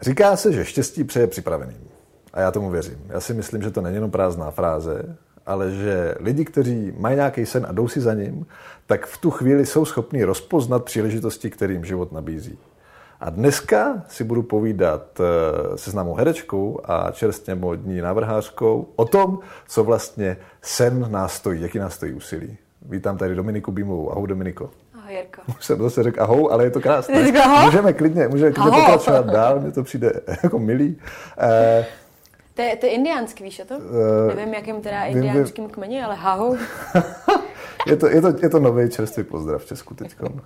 Říká se, že štěstí přeje připraveným. A já tomu věřím. Já si myslím, že to není jenom prázdná fráze, ale že lidi, kteří mají nějaký sen a jdou si za ním, tak v tu chvíli jsou schopni rozpoznat příležitosti, kterým život nabízí. A dneska si budu povídat se známou herečkou a čerstvě módní návrhářkou o tom, co vlastně sen nás stojí, jaký nás stojí úsilí. Vítám tady Dominiku Bímovou. Ahoj, Dominiko. Ahoj, Jirko. Už jsem zase řekl ahoj, ale je to krásné. Můžeme klidně pokračovat dál, mě to přijde jako milý. To je indiánský, víš o to? Nevím, jakým teda indiánským kmeni, ale ahoj. je to nový čerstvý pozdrav v Česku teďkom.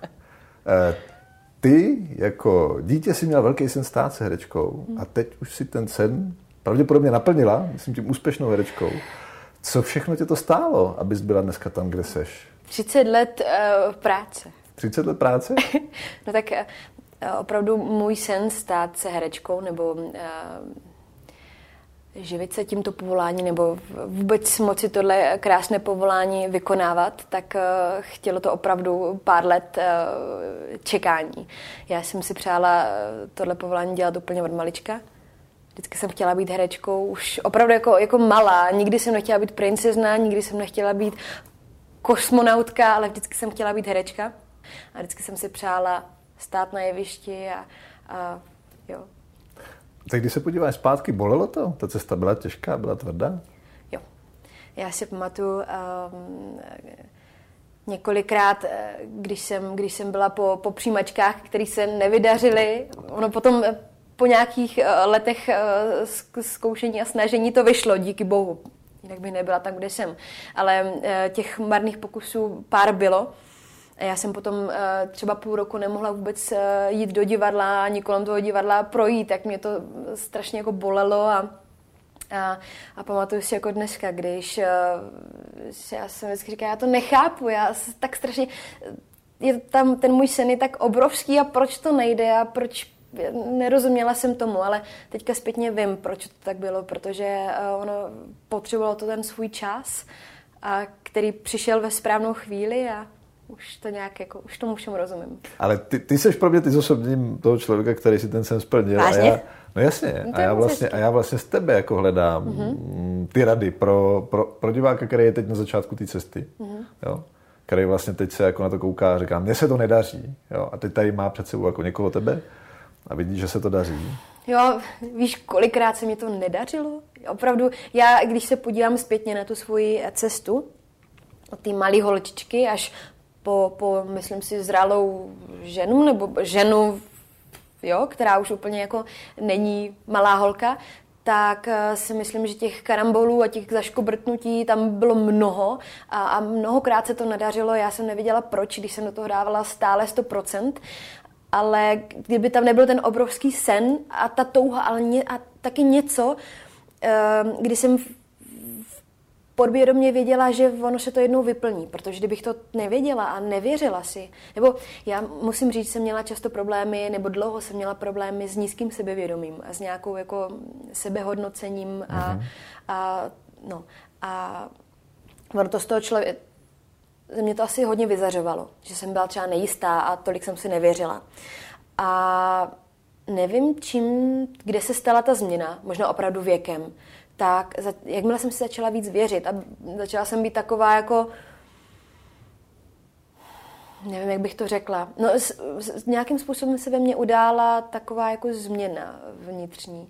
Ty jako dítě si měla velký sen stát se herečkou a teď už si ten sen pravděpodobně naplnila, myslím tím úspěšnou herečkou. Co všechno tě to stálo, abys byla dneska tam, kde seš? 30 let práce. 30 let práce? No tak opravdu můj sen stát se herečkou nebo živit se tímto povolání nebo vůbec moci tohle krásné povolání vykonávat, tak chtělo to opravdu pár let čekání. Já jsem si přála tohle povolání dělat úplně od malička. Vždycky jsem chtěla být herečkou, už opravdu jako malá. Nikdy jsem nechtěla být princezna, nikdy jsem nechtěla být kosmonautka, ale vždycky jsem chtěla být herečka. A vždycky jsem si přála stát na jevišti a jo. Tak když se podíváš zpátky, bolelo to? Ta cesta byla těžká, byla tvrdá? Jo. Já si pamatuju několikrát, když jsem byla po přijímačkách, které se nevydařily, ono potom po nějakých letech zkoušení a snažení to vyšlo, díky bohu. Jinak bych nebyla tam, kde jsem. Ale těch marných pokusů pár bylo. A já jsem potom třeba půl roku nemohla vůbec jít do divadla, ani kolem toho divadla projít, tak mě to strašně jako bolelo a pamatuju si jako dneska, když já jsem vždycky říkala, já to nechápu, já tak strašně, je tam ten můj sen je tak obrovský a proč to nejde a proč nerozuměla jsem tomu, ale teďka zpětně vím, proč to tak bylo, protože ono potřebovalo to ten svůj čas, a který přišel ve správnou chvíli a už to nějak jako, už tomu všemu rozumím. Ale ty seš pro mě ty osobním toho člověka, který si ten sen splnil. Vážně? No jasně. A já vlastně z tebe jako hledám ty rady pro diváka, který je teď na začátku té cesty. Jo? Který vlastně teď se jako na to kouká a říká, mně se to nedaří. Jo? A teď tady má před sebou jako někoho tebe a vidí, že se to daří. Jo, víš, kolikrát se mi to nedařilo? Opravdu, já, když se podívám zpětně na tu svoji cestu, od té malé holčičky až po, myslím si, zralou ženu, nebo ženu, jo, která už úplně jako není malá holka, tak si myslím, že těch karambolů a těch zaškobrtnutí tam bylo mnoho a mnohokrát se to nedařilo. Já jsem nevěděla proč, když jsem do toho dávala stále 100%, ale kdyby tam nebyl ten obrovský sen a ta touha, a taky něco, kdy jsem podvědomě věděla, že ono se to jednou vyplní, protože kdybych to nevěděla a nevěřila si, nebo já musím říct, jsem měla často problémy, nebo dlouho jsem měla problémy s nízkým sebevědomím a s nějakou jako sebehodnocením a ono to z toho člověka, mě to asi hodně vyzařovalo, že jsem byla třeba nejistá a tolik jsem si nevěřila. A nevím kde se stala ta změna, možná opravdu věkem, tak jakmile jsem si začala víc věřit a začala jsem být taková jako, nevím, jak bych to řekla, no nějakým způsobem se ve mně udála taková jako změna vnitřní.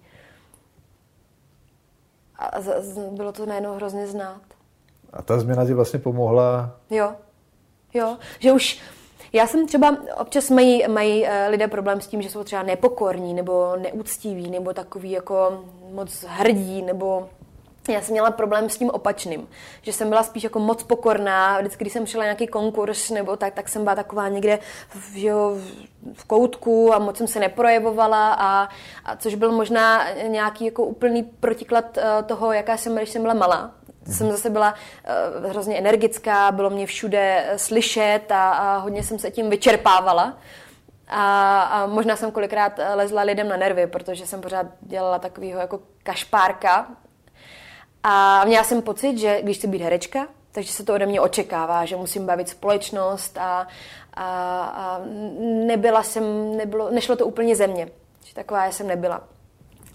A bylo to najednou hrozně znát. A ta změna ti vlastně pomohla? Jo, že už, já jsem třeba, občas mají lidé problém s tím, že jsou třeba nepokorní, nebo neúctiví, nebo takový jako moc hrdí, nebo já jsem měla problém s tím opačným, že jsem byla spíš jako moc pokorná, vždycky, když jsem šla nějaký konkurs, nebo tak jsem byla taková někde v koutku a moc jsem se neprojevovala a což byl možná nějaký jako úplný protiklad toho, jaká jsem, když jsem byla malá. Jsem zase byla hrozně energická, bylo mě všude slyšet a hodně jsem se tím vyčerpávala. A možná jsem kolikrát lezla lidem na nervy, protože jsem pořád dělala takovýho jako kašpárka. A měla jsem pocit, že když chci být herečka, takže se to ode mě očekává, že musím bavit společnost a nešlo to úplně ze mě. Že taková já jsem nebyla.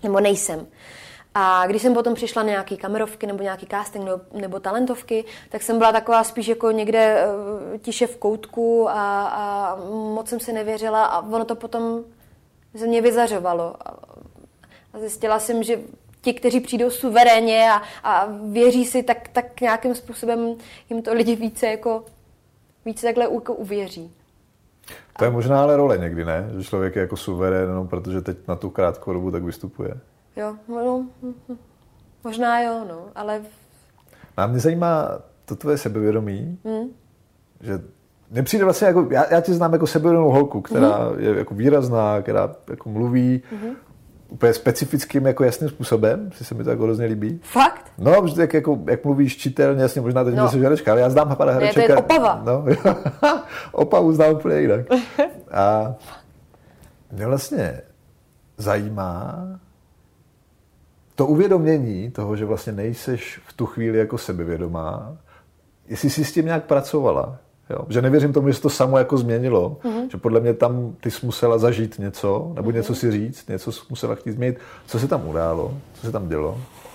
nebo nejsem. A když jsem potom přišla na nějaký kamerovky nebo nějaký casting nebo talentovky, tak jsem byla taková spíš jako někde tiše v koutku a moc jsem si nevěřila a ono to potom ze mě vyzařovalo. A zjistila jsem, že ti, kteří přijdou suverénně a věří si, tak nějakým způsobem jim to lidi více takhle uvěří. To je možná ale role někdy, ne? Že člověk je jako suverén, jenom protože teď na tu krátkou dobu tak vystupuje. Jo, no, možná jo, no, ale... A mě zajímá to tvoje sebevědomí, že mně přijde vlastně jako, já tě znám jako sebevědomou holku, která je jako výrazná, která jako mluví úplně specifickým, jako jasným způsobem, si se mi to jako hrozně líbí. Fakt? No, protože jak mluvíš čitelně, jasně, možná teď jsi herečka, ale já znám pana herečka. Ne, to je Opava. No, Opavu znám úplně jinak. A mě vlastně zajímá to uvědomění toho, že vlastně nejseš v tu chvíli jako sebevědomá, jestli jsi s tím nějak pracovala. Jo? Že nevěřím tomu, že se to samo jako změnilo. Že podle mě tam ty jsi musela zažít něco, nebo něco si říct, něco jsi musela chtít změnit. Co se tam událo? Co se tam dělo?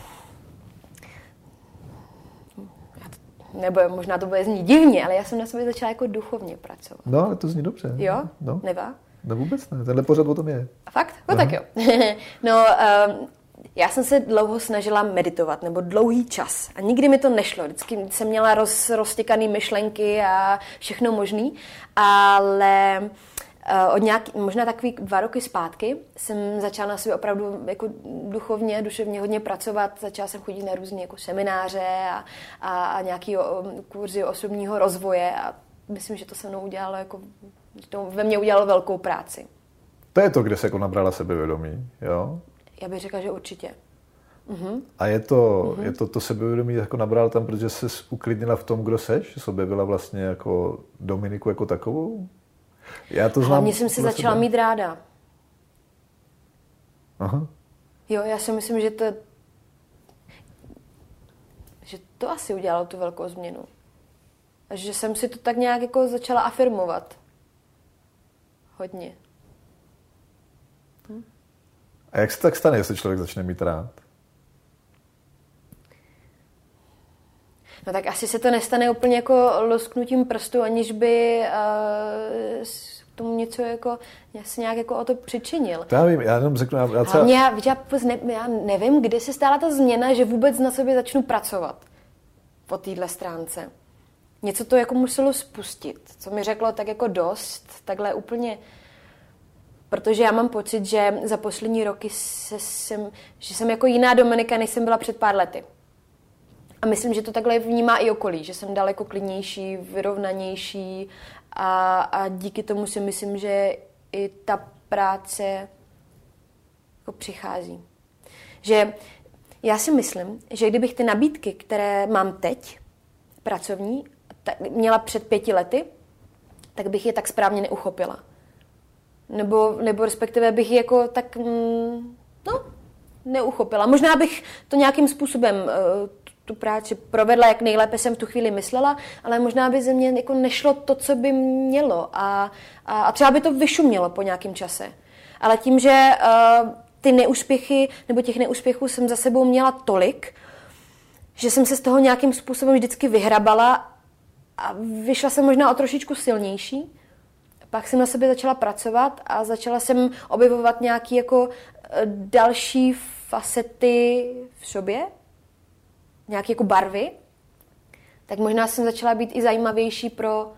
Nebo možná to bude znít divně, ale já jsem na sobě začala jako duchovně pracovat. No, ale to zní dobře. Jo? No. Nevá? No vůbec ne. Tenhle pořad o tom je. A fakt? No tak jo. No, já jsem se dlouho snažila meditovat, nebo dlouhý čas. A nikdy mi to nešlo. Vždycky jsem měla roztěkaný myšlenky a všechno možný. Ale možná takový 2 roky zpátky jsem začala na sobě opravdu jako duchovně, duševně hodně pracovat. Začala jsem chodit na různé jako semináře a nějaký kurzy osobního rozvoje. A myslím, že to se mnou udělalo to ve mně udělalo velkou práci. To je to, kde se jako nabrala sebevědomí, jo? Já bych řekla, že určitě. A je to sebevědomí jako nabral tam, protože jsi uklidnila v tom, kdo seš? Že jsi objevila vlastně jako Dominiku jako takovou? Já to znám. Hlavně jsem se začala mít ráda. Aha. Jo, já si myslím, že to asi udělalo tu velkou změnu. A že jsem si to tak nějak jako začala afirmovat. Hodně. A jak se tak stane, jestli člověk začne mít rád? No tak asi se to nestane úplně jako lusknutím prstu, aniž by k tomu něco jako nějak jako o to přičinil. To já vím, já jenom řeknu... Já nevím, kdy se stala ta změna, že vůbec na sobě začnu pracovat po téhle stránce. Něco to jako muselo spustit, co mi řeklo tak jako dost, takhle úplně... Protože já mám pocit, že za poslední roky že jsem jako jiná Dominika, než jsem byla před pár lety. A myslím, že to takhle vnímá i okolí, že jsem daleko klidnější, vyrovnanější a díky tomu si myslím, že i ta práce jako přichází. Že já si myslím, že kdybych ty nabídky, které mám teď, pracovní, měla před 5 lety, tak bych je tak správně neuchopila. Nebo respektive bych je jako tak neuchopila. Možná bych to nějakým způsobem tu práci provedla, jak nejlépe jsem v tu chvíli myslela, ale možná by ze mě jako nešlo to, co by mělo a třeba by to vyšumělo po nějakém čase. Ale tím, že ty neúspěchy nebo těch neúspěchů jsem za sebou měla tolik, že jsem se z toho nějakým způsobem vždycky vyhrabala a vyšla jsem možná o trošičku silnější. Pak jsem na sobě začala pracovat a začala jsem objevovat nějaké jako další facety v sobě, nějaké jako barvy, tak možná jsem začala být i zajímavější pro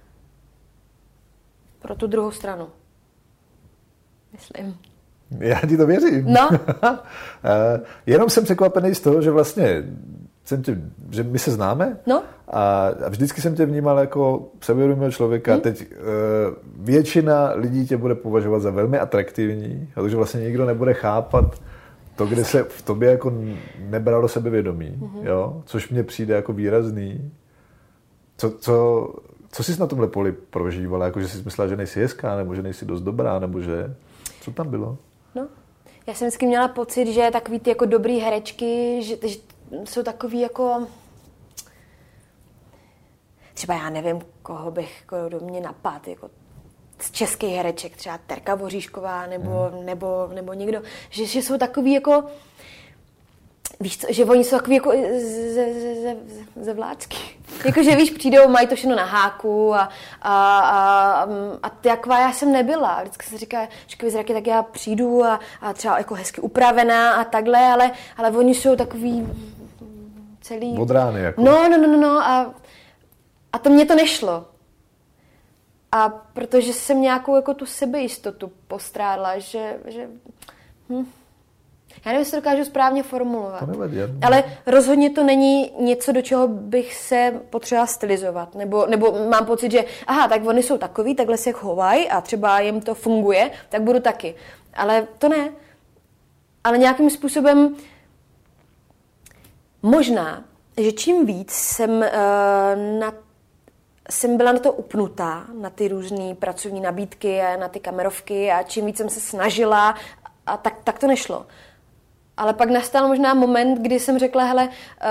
tu druhou stranu. Myslím. Já ti to věřím. No. Jenom jsem překvapený z toho, že vlastně že my se známe a vždycky jsem tě vnímal jako sebevědomého člověka. Teď většina lidí tě bude považovat za velmi atraktivní, protože vlastně nikdo nebude chápat to, kde se v tobě jako nebralo sebevědomí, jo? Což mně přijde jako výrazný. Co jsi na tomhle poli prožívala? Jako, že jsi myslela, že nejsi hezká, nebo že nejsi dost dobrá, nebo že... Co tam bylo? No, já jsem vždycky měla pocit, že takový ty jako dobrý herečky, že jsou takový jako... Třeba já nevím, koho bych jako do mě napadl, jako z českých hereček, třeba Terka Voříšková nebo někdo, že jsou takový jako, víš co, že oni jsou takový jako ze vláčky. Jakože víš, přijdou, mají to všechno na háku a taková já jsem nebyla. Vždycky se říká, že zraky, tak já přijdu a třeba jako hezky upravená a takhle, ale oni jsou takový celý... Od rány jako. No a to mě to nešlo. A protože jsem nějakou jako tu sebejistotu postrádla, že já nevím, jestli to dokážu správně formulovat. To nevadí. Ale rozhodně to není něco, do čeho bych se potřebovala stylizovat. Nebo mám pocit, že aha, tak oni jsou takový, takhle se chovají a třeba jim to funguje, tak budu taky. Ale to ne. Ale nějakým způsobem možná, že čím víc jsem byla na to upnutá, na ty různé pracovní nabídky a na ty kamerovky a čím víc jsem se snažila, a tak to nešlo. Ale pak nastal možná moment, kdy jsem řekla, hele,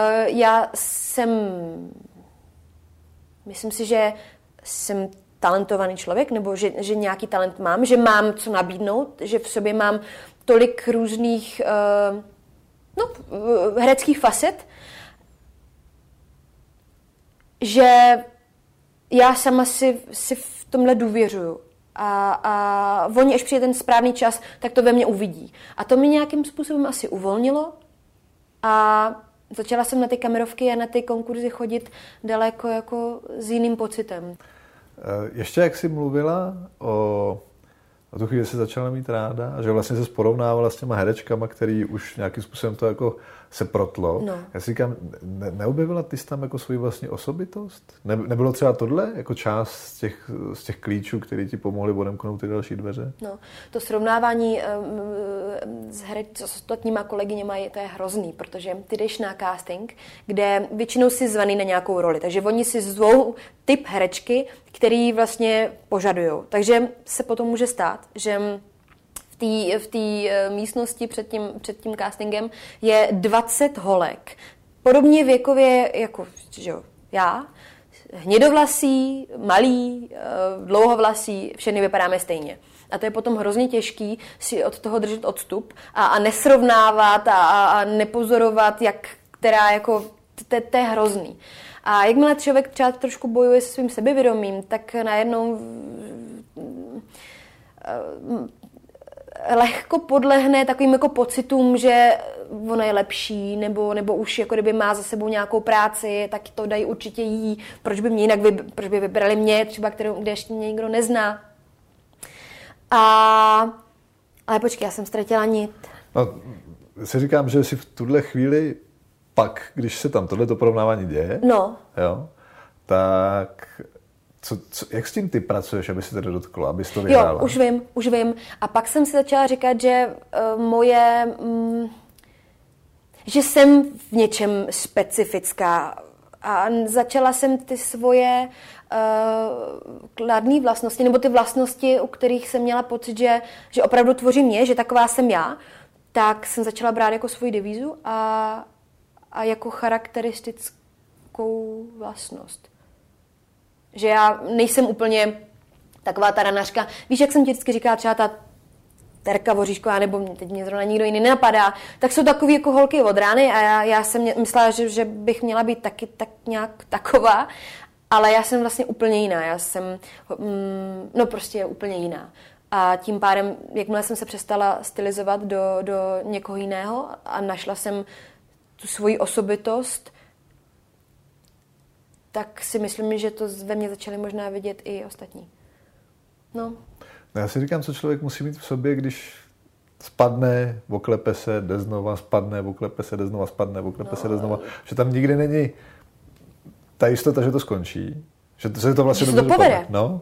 myslím si, že jsem talentovaný člověk, nebo že nějaký talent mám, že mám co nabídnout, že v sobě mám tolik různých hereckých facet, že já sama si v tomhle důvěřuju. A oni, až přijde ten správný čas, tak to ve mně uvidí. A to mi nějakým způsobem asi uvolnilo a začala jsem na ty kamerovky a na ty konkurzy chodit daleko jako s jiným pocitem. Ještě jak jsi mluvila o tu chvíli se začala mít ráda a že vlastně se porovnávala s těma herečkama, který už nějakým způsobem to jako se protlo. No. Já si říkám, neobjevila ty jsi tam jako svoji vlastní osobitost? Nebylo třeba tohle jako část z těch klíčů, které ti pomohly odemknout ty další dveře? No, to srovnávání s ostatníma kolegyněma to je hrozný, protože ty jdeš na casting, kde většinou si zvaný na nějakou roli, takže oni si zvou typ herečky, který požadujou. Takže se potom může stát, že v té místnosti před tím castingem je 20 holek. Podobně věkově jako já, hnědovlasí, malý, dlouhovlasí, všechny vypadáme stejně. A to je potom hrozně těžký si od toho držet odstup a nesrovnávat a nepozorovat, která jako, to je hrozný. A jakmile člověk třeba trošku bojuje se svým sebevědomím, tak najednou lehko podlehne takovým jako pocitům, že ona je lepší, nebo už jako kdyby má za sebou nějakou práci, tak to dají určitě jí. Proč by vybrali mě, třeba kde ještě mě nikdo nezná. Ale počkej, já jsem ztratila nit. No, si říkám, že si v tuhle chvíli pak, když se tam tohleto porovnávání děje, jo, tak jak s tím ty pracuješ, aby se to dotklo, abys to vyhrála? Jo, už vím. A pak jsem si začala říkat, že že jsem v něčem specifická. A začala jsem ty svoje kladné vlastnosti, nebo ty vlastnosti, u kterých jsem měla pocit, že opravdu tvoří mě, že taková jsem já, tak jsem začala brát jako svoji devízu a jako charakteristickou vlastnost. Že já nejsem úplně taková ta ranařka. Víš, jak jsem ti vždycky říkala, třeba ta Terka Voříšková, nebo teď mě zrovna nikdo jiný nenapadá, tak jsou takový jako holky od rány a já jsem myslela, že bych měla být taky tak nějak taková, ale já jsem vlastně úplně jiná. Já jsem prostě úplně jiná. A tím pádem, jakmile jsem se přestala stylizovat do někoho jiného a našla jsem tu svoji osobitost, tak si myslím, že to ve mně začali možná vidět i ostatní. No. Já si říkám, co člověk musí mít v sobě, když spadne, oklepe se, jde znova, spadne, oklepe se, jde znova, spadne, oklepe se, jde znova. Že tam nikdy není ta jistota, že to skončí. Že se to vlastně dobře povede. No.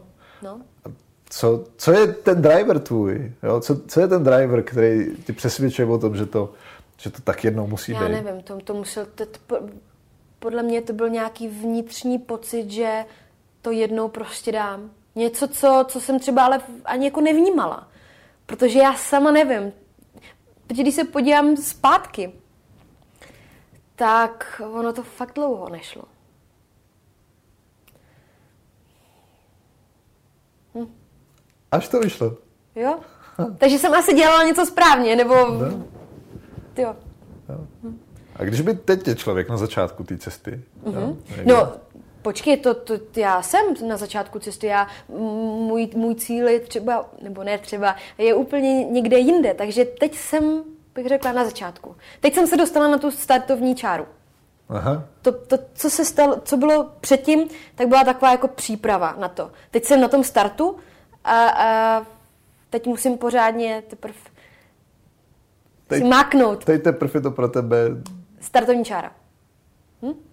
Co je ten driver tvůj? Jo? Co je ten driver, který ti přesvědčuje o tom, že to tak jednou musí být? Já nevím, to musel... Podle mě to byl nějaký vnitřní pocit, že to jednou prostě dám. Něco, co jsem třeba ale ani jako nevnímala. Protože já sama nevím. Protože když se podívám zpátky, tak ono to fakt dlouho nešlo. Až to vyšlo. Jo? Takže jsem asi dělala něco správně, nebo... No. Jo. A když by teď je člověk na začátku té cesty? No, počkej, to já jsem na začátku cesty, můj cíl je třeba, nebo ne třeba, je úplně někde jinde, takže teď jsem, bych řekla, na začátku. Teď jsem se dostala na tu startovní čáru. Aha. To, co se stalo, co bylo předtím, tak byla taková jako příprava na to. Teď jsem na tom startu a teď musím pořádně teprve si máknout. Teď teprve je to pro tebe... Startovní čára.